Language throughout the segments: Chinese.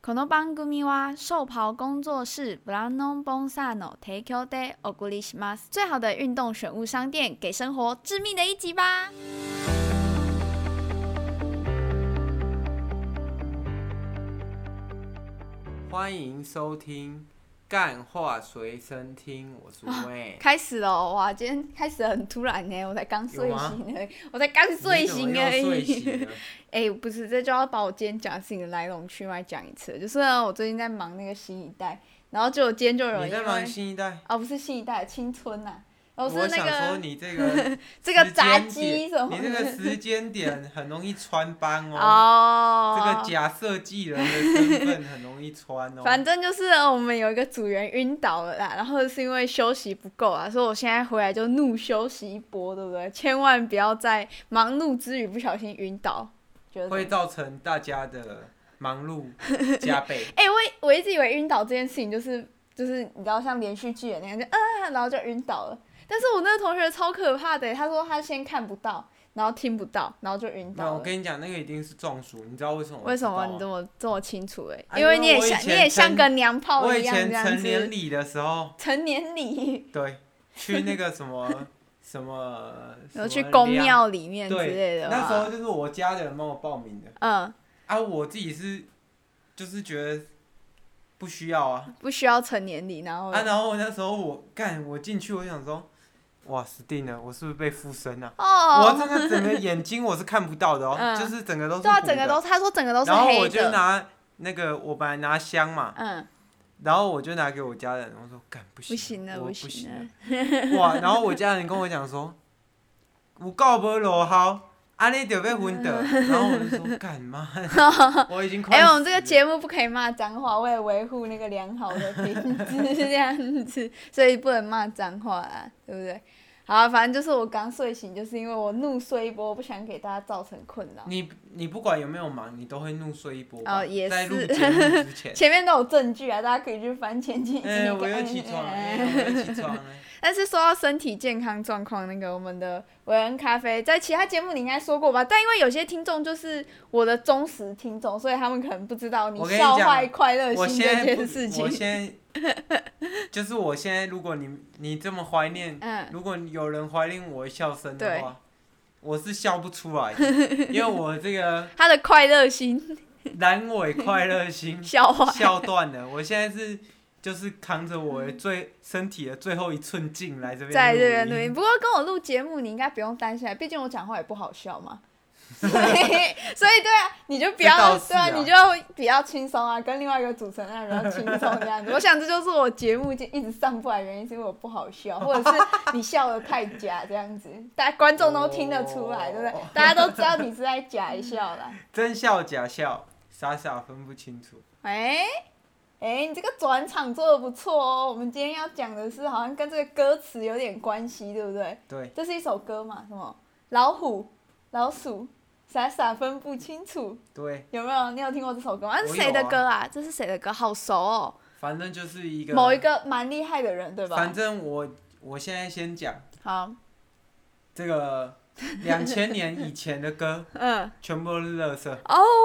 この番組は寿袍工作室ブランドボンサーの提供でお送りします。最好的运动选物商店，给生活致命的一击吧！ 欢迎收听干话随身听，我是魏、 开始了哇！今天开始很突然呢，我才刚睡醒而已，我才刚睡醒而已。不是，这就要把我今天讲的事情的来龙去脉讲一次。就是呢，我最近在忙那个新一代，然后结果今天就有人你在忙新一代？ 不是新一代，青春啊。 我想说你这个这个炸鸡什么？ 你这个时间点很容易穿帮哦。这个假设计人的身份很容易穿哦。 反正就是我们有一个组员晕倒了啦，然后是因为休息不够啊，所以我现在回来就怒休息一波，对不对？千万不要在忙碌之余不小心晕倒， 会造成大家的忙碌加倍。 我一直以为晕倒这件事情就是你知道像连续剧的那样，然后就晕倒了。但是我那个同学超可怕的，他说他先看不到，然后听不到，然后就晕倒了。 我跟你讲，那个一定是中暑，你知道为什么？ 为什么你这么清楚？因为你也像个娘炮一样这样子。 我以前成年礼的时候。 成年礼。 对，去那个什么去公庙里面之类的。 那时候就是我家的人帮我报名的。我自己就是觉得。不需要啊， 不需要成年礼，然后然后那时候我进去，我想说，哇，死定了，我是不是被附身啊？我真的整个眼睛我是看不到的哦，就是整个都是糊的。 对啊，他说整个都是黑的。然后我就拿我本来拿香嘛，然后我就拿给我家人，我说，干不行了，不行了，哇！然后我家人跟我讲说，有够无路好。你就要昏倒，然后我就说干嘛？我已经快死了。 我们这个节目不可以骂脏话，为了维护那个良好的品质这样子，所以不能骂脏话啦，对不对？好，反正就是我刚睡醒，就是因为我怒睡一波，我不想给大家造成困扰。 你不管有没有忙，你都会怒睡一波吧？ 也是。 在录节目之前。 前面都有证据啊，大家可以去翻前几集。 我又起床了。 但是说到身体健康状况，那个我们的维恩咖啡在其他节目你应该说过吧？但因为有些听众就是我的忠实听众，所以他们可能不知道你笑坏快乐心这件事情。 我现在如果你这么怀念，如果有人怀念我的笑声的话，我是笑不出来的，因为我这个他的快乐心， 阑尾快乐心笑断了，我现在是。就是扛着我的身体的最后一寸劲来这边在这边录音。不过跟我录节目，你应该不用担心，毕竟我讲话也不好笑嘛。所以对啊，你就不要对啊，你就比较轻松啊，跟另外一个主持人比较轻松这样子。我想这就是我节目一直上不来的原因，是因为我不好笑，或者是你笑得太假这样子，大家观众都听得出来，对不对？大家都知道你是在假一笑啦。 真笑假笑，傻傻分不清楚。 你这个转场做得不错哦。我们今天要讲的是，好像跟这个歌词有点关系，对不对？ 对。 这是一首歌嘛？什么？老虎、老鼠，傻傻分不清楚。 对。 有没有？你有听过这首歌吗？这是谁的歌啊？这是谁的歌？好熟哦。 反正就是一个某一个蛮厉害的人，对吧？ 反正我现在先讲。 好。 这个2000年以前的歌，全部都是垃圾。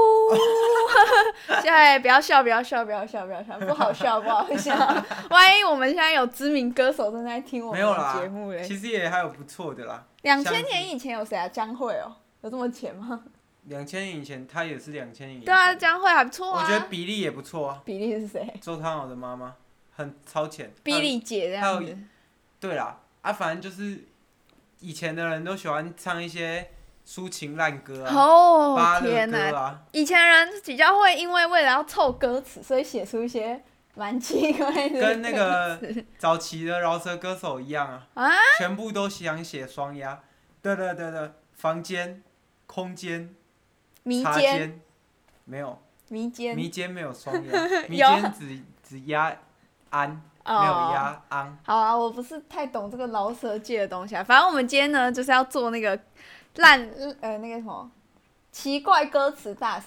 现在不要笑，不好笑，不好笑。万一我们现在有知名歌手正在听我们的节目嘞？ 其实也还有不错的啦。 2000年以前有谁啊？江蕙哦，有这么前吗 ？2000年以前，他也是2000年以前。 对啊，江蕙还不错啊。 我觉得比利也不错啊。 比利是谁？ 周汤豪的妈妈，很超前。 比利姐这样子。 对啦，反正就是以前的人都喜欢唱一些。抒情烂歌啊， 天哪！啊， 以前人比较会因为了要凑歌词，所以写出一些蛮奇怪的。 跟那个早期的饶舌歌手一样啊，全部都想写双押。对，房间、空间、 茶间没有。 迷间没有双押，迷间只押安，没有押昂。 好啊，我不是太懂这个饶舌界的东西啊。反正我们今天呢，就是要做那个那个什么奇怪歌词大赏，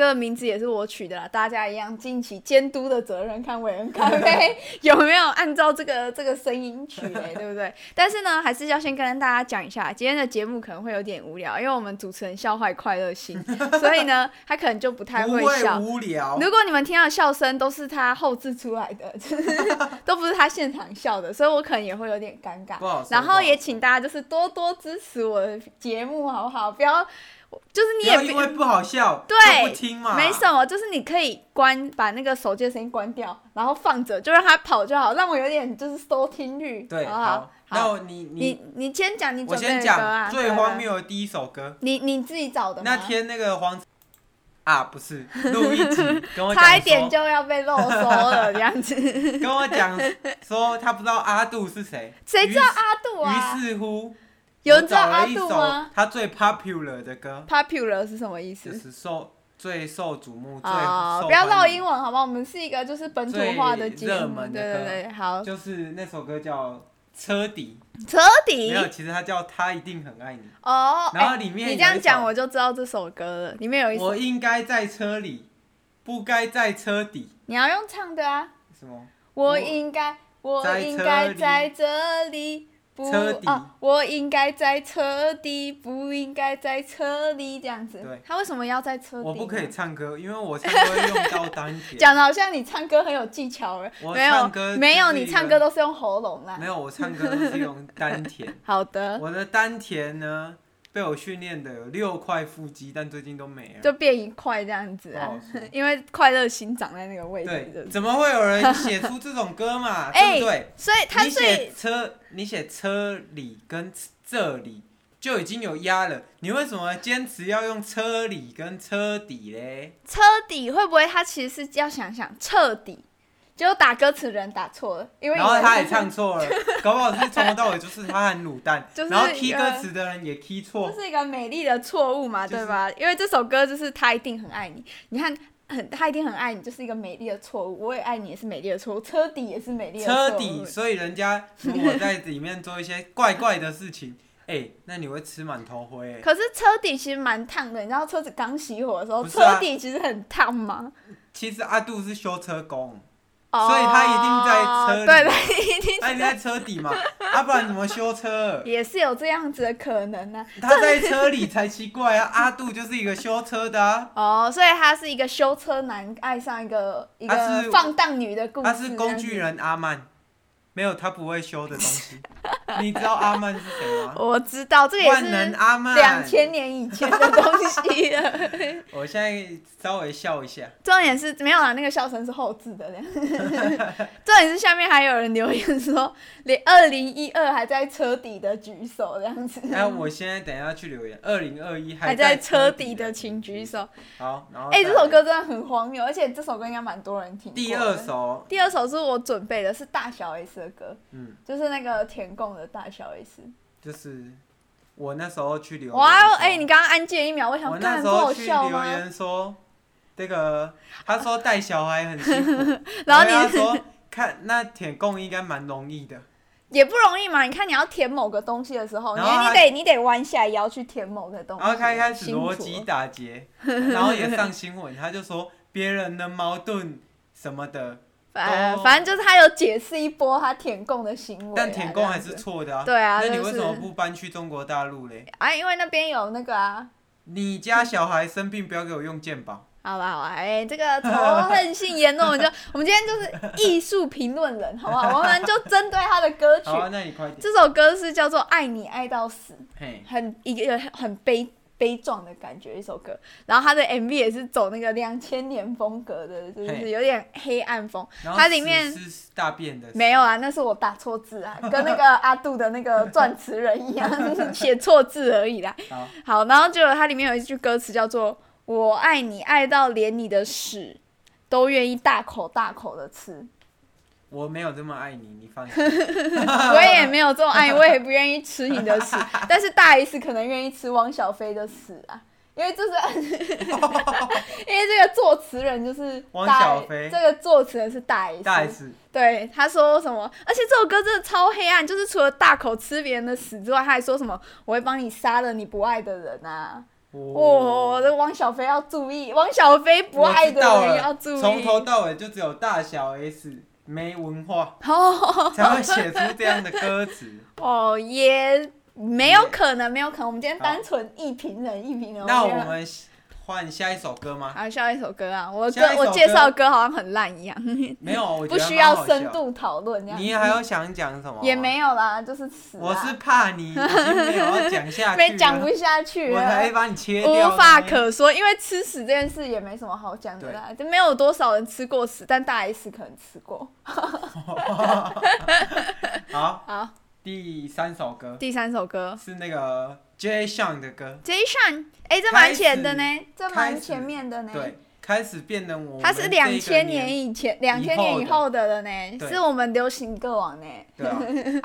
这个名字也是我取的啦，大家一样尽起监督的责任，看伟人咖啡有没有按照这个声音取嘞，对不对？但是呢，还是要先跟大家讲一下，今天的节目可能会有点无聊，因为我们主持人笑坏快乐星，所以呢，他可能就不太会笑。 不会无聊。 如果你们听到的笑声都是他后制出来的，都不是他现场笑的，所以我可能也会有点尴尬。然后也请大家就是多多支持我的节目，好不好？不要。就是你也不要因为不好笑对不听嘛， 没什么，就是你可以把那个手机的声音关掉，然后放着，就让它跑就好，让我有点就是收听率。 对， 好， 那你先讲你准备的歌啊。我先讲最荒谬的第一首歌。 你自己找的吗？ 那天那个不是录一集跟我讲说， 差一点就要被漏收了这样子。 跟我讲说他不知道阿杜是谁， 谁知道阿杜啊？ 于是乎。 有人知道阿杜吗？ 他最 popular 的歌 ，popular 是什么意思？ 就是最受瞩目、最受不要绕英文好不好？我们是一个就是本土化的节目，对，好。 就是那首歌叫《车底》。 车底？ 没有，其实它叫《他一定很爱你》。 哦。 然后里面你这样讲我就知道这首歌了，里面有一首。 我应该在车里，不该在车底。 你要用唱的啊。 什么？ 我应该在这里。 车底我应该在车底，不应该在车里，这样子。 对， 他为什么要在车底？ 我不可以唱歌，因为我唱歌会用到丹田。 讲的好像你唱歌很有技巧了。没有，你唱歌都是用喉咙啦。 没有，我唱歌都是用丹田。 好的。 我的丹田呢，被我训练的有6块腹肌，但最近都没了， 就变1块这样子啊。因为快乐心长在那个位置。 对，怎么会有人写出这种歌嘛？对不对？ 所以他你写车里跟这里就已经有压了，你为什么坚持要用车里跟车底嘞？ 车底会不会他其实是要想彻底？结果打歌词人打错了， 然后他也唱错了，搞不好是从头到尾就是他很卤蛋，然后踢歌词的人也踢错， 这是一个美丽的错误嘛，对吧？因为这首歌就是他一定很爱你，你看。他一定很爱你，就是一个美丽的错误。我也爱你，也是美丽的错误。车底也是美丽的错误。 车底，所以人家如果在里面做一些怪怪的事情，那你会吃满头灰。 可是车底其实蛮烫的，你知道车子刚熄火的时候，车底其实很烫吗？ 其实阿杜是修车工。所以他一定在车里， 对， 他一定在车底嘛，不然怎么修车？ 也是有这样子的可能啊。 他在车里才奇怪啊！阿杜就是一个修车的啊。 所以他是一个修车男爱上一个放荡女的故事。 他是工具人阿曼，没有他不会修的东西。你知道阿曼是谁吗？ 我知道，这个也是万能阿曼 2000年以前的东西了。 我现在稍微笑一下。 重点是没有啦，那个笑声是后置的。重点是下面还有人留言说，连2012还在车底的举手这样子。 我现在等一下去留言，2021 还在车底的请举手。 好，然后这首歌真的很荒谬，而且这首歌应该蛮多人听过的。 第二首是我准备的，是大小 S 的歌，就是那个田共的大小 S。 就是我那时候去留言， 哇，你刚刚安静1秒，我想干不好笑吗？ 我那时候去留言说，这个他说带小孩很辛苦， 然后他说看那填供应该蛮容易的， 也不容易嘛。你看你要填某个东西的时候，你得弯下腰去填某个东西， 然后他开始逻辑打结，然后也上新闻，他就说别人的矛盾什么的。 反正就是他有解释一波他填供的行为， 但填供还是错的啊。 对啊， 那你为什么不搬去中国大陆嘞？ 因为那边有那个啊。 你家小孩生病不要给我用健保。 好吧，这个仇恨性言论，我们今天就是艺术评论人，好不好？我们就针对他的歌曲。 好，那你快点。 这首歌是叫做《爱你爱到死》，一个很悲壮的感觉一首歌，然后他的 MV 也是走那个2000年风格的，就是有点黑暗风。它里面是大便的。没有啊，那是我打错字啊，跟那个阿杜的那个撰词人一样，写错字而已啦。好，然后结果它里面有一句歌词叫做“我爱你爱到连你的屎都愿意大口大口的吃”。 我没有这么爱你，你放心。 我也没有这么爱你，我也不愿意吃你的屎。但是大 S 可能愿意吃汪小菲的屎啊，因为这个作词人就是汪小菲， 这个作词人是大 S。 大 S。 对，他说什么？而且这首歌真的超黑暗，就是除了大口吃别人的屎之外，他还说什么我会帮你杀了你不爱的人啊。 这汪小菲要注意，汪小菲不爱的人要注意。 从头到尾就只有大小 S 没文化，才会写出这样的歌词。 也没有可能，没有可能。我们今天单纯一评人。 那我们换下一首歌吗？ 好，下一首歌啊！我介绍的歌好像很烂一样。 没有，我觉得不需要深度讨论这样。 你还有想讲什么？ 也没有啦，就是词。 我是怕你已经没有要讲下去了， 没讲不下去了， 我才把你切掉。 无话可说，因为吃屎这件事也没什么好讲的啦，就没有多少人吃过屎，但大 S 可能吃过。 好，第三首歌是那个 Jay Sean 的歌。 Jay Sean， 这蛮前的呢，这蛮前面的呢。 对，开始变成我们他是2000年以后的了呢，是我们流行歌王呢。 对啊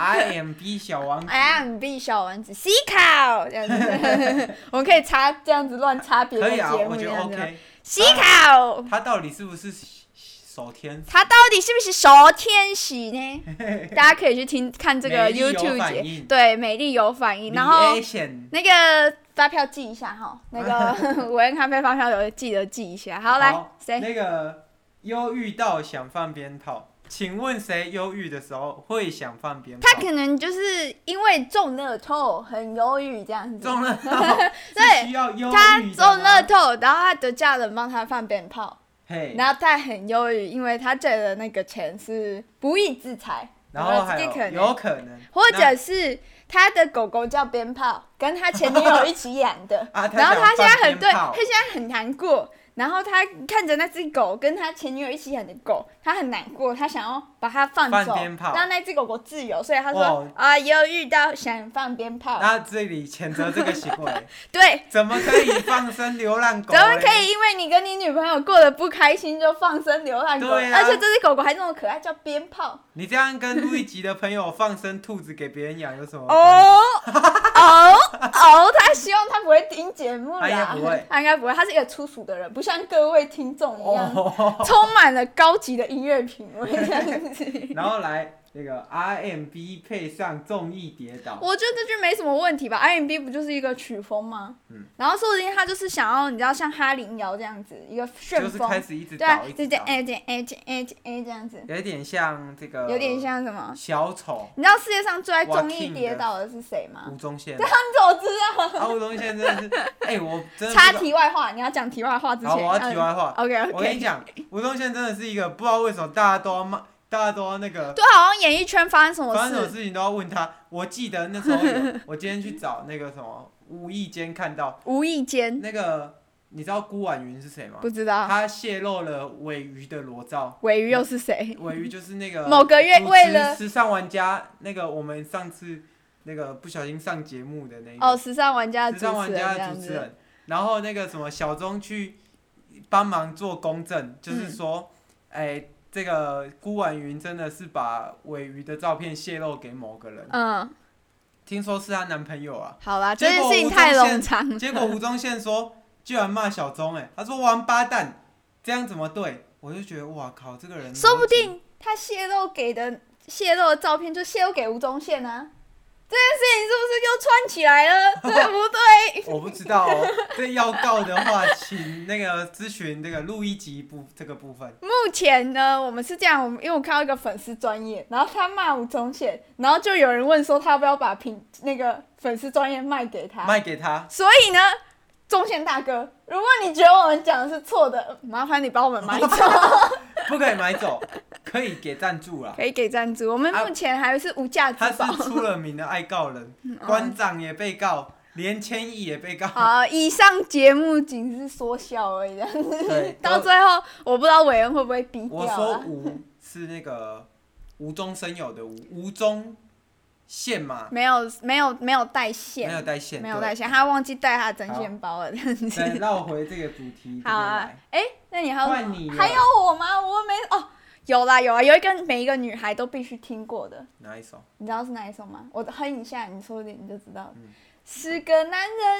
，R&B 小王子。 R&B 小王子 ，C 考这样子，我们可以插这样子乱插别的节目，可以啊， 我觉得 OK。 C 考， 他到底是不是守天使？ 他到底是不是守天使呢？大家可以去看这个 YouTube 节，对，美丽有反应。然后那个发票记一下哈，那个韦恩咖啡发票记得记一下。好，来谁？ 那个忧郁到想放鞭炮，请问谁忧郁的时候会想放鞭炮？ 他可能就是因为中乐透很忧郁这样子。 中乐透， 对， 需要忧郁的吗？ 他中乐透，然后他的家人帮他放鞭炮。然后他很忧郁，因为他借的那个钱是不义之财， 然后还有可能， 或者是他的狗狗叫鞭炮，跟他前女友一起养的，然后他现在很难过，然后他看着那只狗跟他前女友一起养的狗，他很难过，他想要把它放走，让那只狗狗自由，所以他说忧郁到想放鞭炮。 那这里谴责这个行为， 对， 怎么可以放生流浪狗？ 怎么可以因为你跟你女朋友过得不开心就放生流浪狗？而且这只狗狗还那么可爱，叫鞭炮。 你这样跟路易吉的朋友放生兔子给别人养有什么关系？他希望他不会听节目啦，他应该不会，他是一个粗俗的人，不像各位听众一样，充满了高级的音乐品味这样子。 然后来那个 R&B 配上综艺跌倒， 我觉得这句没什么问题吧。R&B 不就是一个曲风吗？然后说不定他就是想要你知道像哈林谣这样子一个旋风， 就是开始一直倒， 一直倒，这样子， 有点像这个， 有点像什么小丑。 你知道世界上最爱综艺跌倒的是谁吗？ 吴宗宪。 这样子我知道。 吴宗宪真的是，我真的插题外话，你要讲题外话之前， 好，我要题外话。 OK， 我跟你讲，吴宗宪真的是一个不知道为什么大家都要那个， 对，好像演艺圈发生什么事情都要问他。我记得那时候我今天去找那个什么，无意间看到，那个你知道辜婉云是谁吗？ 不知道。 他泄露了尾鱼的裸照。 尾鱼又是谁？ 尾鱼就是那个某个月为了时尚玩家，那个我们上次那个不小心上节目的那个时尚玩家的主持人，然后那个什么小钟去帮忙做公证，就是说，这个辜婉云真的是把尾鱼的照片泄露给某个人，听说是她男朋友啊。 好啦，这件事情太冗长。 结果吴宗宪说，居然骂小钟，他说王八蛋，这样怎么对？我就觉得哇靠，这个人说不定他泄露的照片就泄露给吴宗宪啊。这件事情是不是又串起来了？对不对？ 我不知道哦。这要告的话，请那个咨询这个录一集这个部分。 目前呢，我们是这样，因为我看到一个粉丝专页，然后他骂吴宗宪，然后就有人问说他要不要把那个粉丝专页卖给他。所以呢，宗宪大哥，如果你觉得我们讲的是错的，麻烦你帮我们买走。 不可以买走，可以给赞助啦。 可以给赞助，我们目前还是无价之宝。 他是出了名的爱告人，馆长也被告，连千亿也被告。 好，以上节目仅是说笑而已，对，到最后我不知道委员会不会逼掉。 我说吴是那个无中生有的吴中宪嘛？ 没有带线， 没有带线， 他忘记带他的针线包了，这样子。 对，绕回这个主题。 好啊，那你换你还有我吗？我没有啦，有一个每一个女孩都必须听过的。 哪一首？ 你知道是哪一首吗？我哼一下，你说一点你就知道了。是个男人。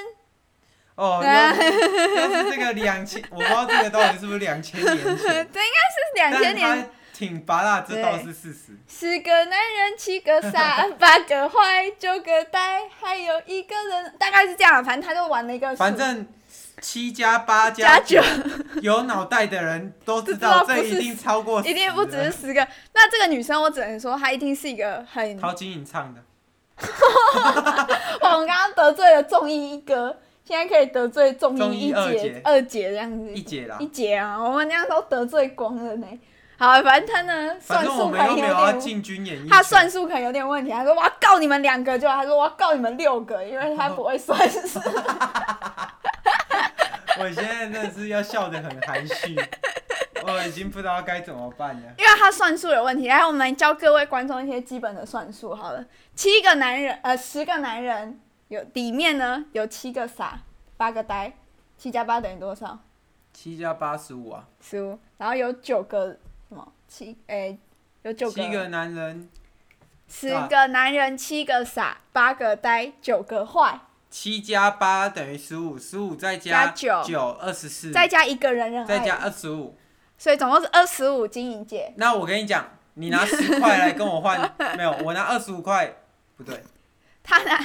又是这个2000，我不知道这个到底是不是2000年前。这应该是2000年。 但他挺拔辣，这倒是事实。 10个男人，7个傻，8个坏，9个呆，还有1个人，大概是这样。反正他就玩了一个。 反正 7+8+9，有脑袋的人都知道这一定超过10， 一定不只是10个。那这个女生我只能说她一定是一个很陶晶莹唱的。 我们刚刚得罪了仲义一哥，现在可以得罪仲义二姐这样子。 一姐啦。 一姐啊，我们这样都得罪光了呢。好，反正他呢，算术可能有点，他算术可能有点问题。他说我要告你们2个，就他说我要告你们6个，因为他不会算数。 我现在真的是要笑得很含蓄，我已经不知道该怎么办了。 因为他算术有问题，来我们来教各位观众一些基本的算术好了。10个男人里面呢有7个傻，8个呆，7+8等于多少 ？7+8=15啊。 15，然后有9个什么有9个。7 个男人。 10个男人，7个傻，8个呆，9个坏。 7+8等于15，15再加9 24， 再加1个人爱， 再加25， 所以总共是25。晶莹姐， 那我跟你讲，你拿10块来跟我换，没有，我拿25块，不对，他拿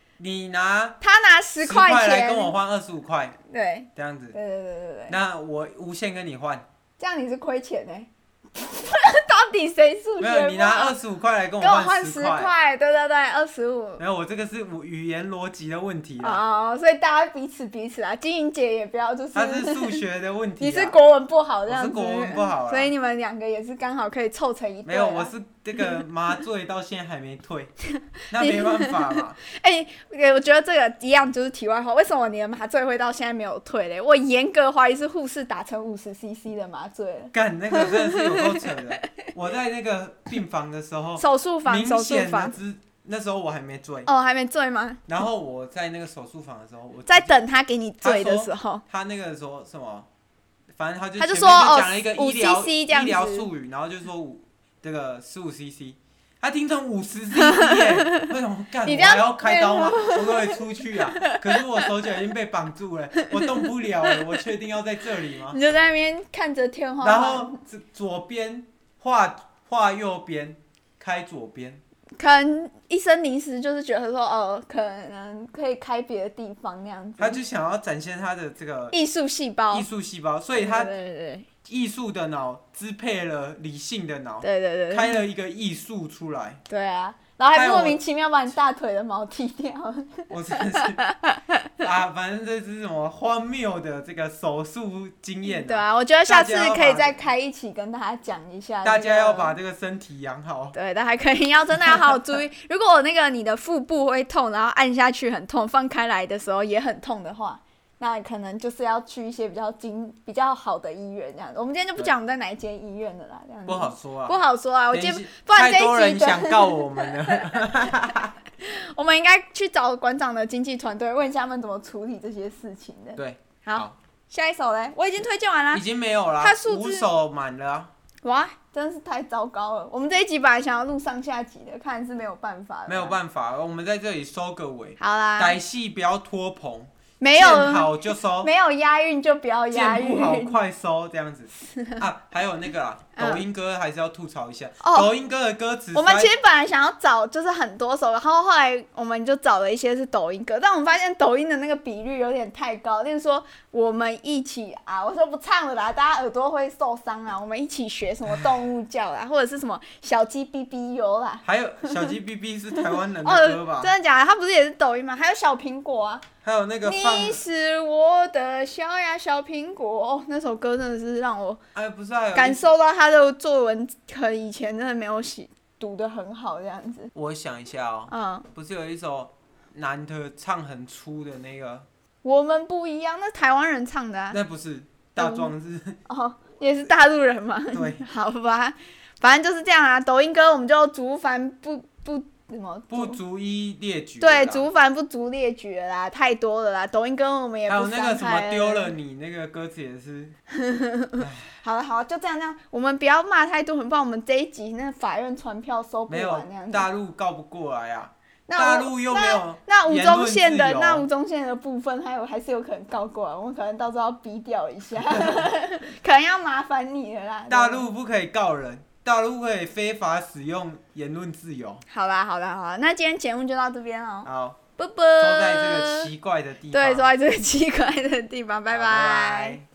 10块钱来跟我换25块， 对， 这样子， 对， 那我无限跟你换， 这样你是亏钱欸。到底谁数学不好？ 没有，你拿25块来跟我换10 块，对，25。 没有，我这个是语言逻辑的问题啦。 哦，所以大家彼此啊，晶莹姐也不要就是。 他是数学的问题。 你是国文不好这样子。 我是国文不好啦。 所以你们2个也是刚好可以凑成一对。 没有，我是这个麻醉到现在还没退，那没办法嘛。 我觉得这个一样就是题外话，为什么你的麻醉会到现在没有退嘞？我严格怀疑是护士打成50cc 的麻醉了。 干，那个真的是有够扯的。我在那个病房的时候， 手术房， 那时候我还没醉。 哦，还没醉吗？ 然后我在那个手术房的时候，我在等他给你醉的时候， 他那个说什么？反正他就说讲了一个医疗术语，然后就说这个15cc，他听成50cc 耶，为什么干？我还要开刀吗？我可不可以出去啊？可是我手脚已经被绑住了，我动不了了，我确定要在这里吗？ 你就在那边看着天花板， 然后左边画右边，开左边。 可能医生临时就是觉得说，可能可以开别的地方那样子。 他就想要展现他的这个艺术细胞， 所以他艺术的脑支配了理性的脑， 对， 开了一个艺术出来。 对啊，然后还莫名其妙把你大腿的毛剃掉。 我真的是反正这是什么荒谬的这个手术经验。 对啊，我觉得下次可以再开一起跟大家讲一下。 大家要把这个身体养好。 对，但还可以要真的要好好注意。如果你的腹部会痛，然后按下去很痛，放开来的时候也很痛的话，那可能就是要去一些比较好的医院这样子。我们今天就不讲我们在哪一间医院的啦，这样子。 不好说啊。 不好说啊，不然这一集太多人想告我们了。 我们应该去找馆长的经纪团队，问一下他们怎么处理这些事情的。 对， 好，下一首嘞，我已经推荐完了。 已经没有了，5首满了啊。 哇，真是太糟糕了！我们这一集本来想要录上下集的，看来是没有办法了。 没有办法，我们在这里收个尾。 好啦， 歹戏不要拖棚。 没有见好就收， 没有押韵就不要押韵， 见不好快收这样子啊。还有那个啦，抖音歌还是要吐槽一下。抖音歌的歌词， 我们其实本来想要找就是很多首，然后后来我们就找了一些是抖音歌，但我们发现抖音的那个比率有点太高。例如说我们一起啊，我说不唱了啦，大家耳朵会受伤啊。我们一起学什么动物叫啦，或者是什么小鸡哔哔哟啦。 还有小鸡哔哔是台湾人的歌吧？ 真的假的？它不是也是抖音吗？还有小苹果啊。 还有那个你是我的小呀小苹果，那首歌真的是让我感受到他的作文和以前真的没有读得很好这样子。 我想一下哦，不是有一首男的唱很粗的那个？ 我们不一样，那台湾人唱的啊。 那不是大壮是？ 也是大陆人嘛。 对， 好吧，反正就是这样啊。抖音歌我们就竹凡不逐一列举。 对，竹凡不逐列举了啦，太多了啦。抖音歌我们也不伤害了。 还有那个什么丢了你那个歌词也是。 好了，就这样，我们不要骂太多，很怕我们这一集那法院传票收不完那样子。 没有，大陆告不过来啊。大陆又没有那吴宗宪的部分，还是有可能告过来，我们可能到时候要逼掉一下，可能要麻烦你了啦。 大陆不可以告人。大陆可以非法使用言论自由。 好啦，那今天节目就到这边哦。 好。 啵啵。 坐在这个奇怪的地方。 对，坐在这个奇怪的地方，拜拜。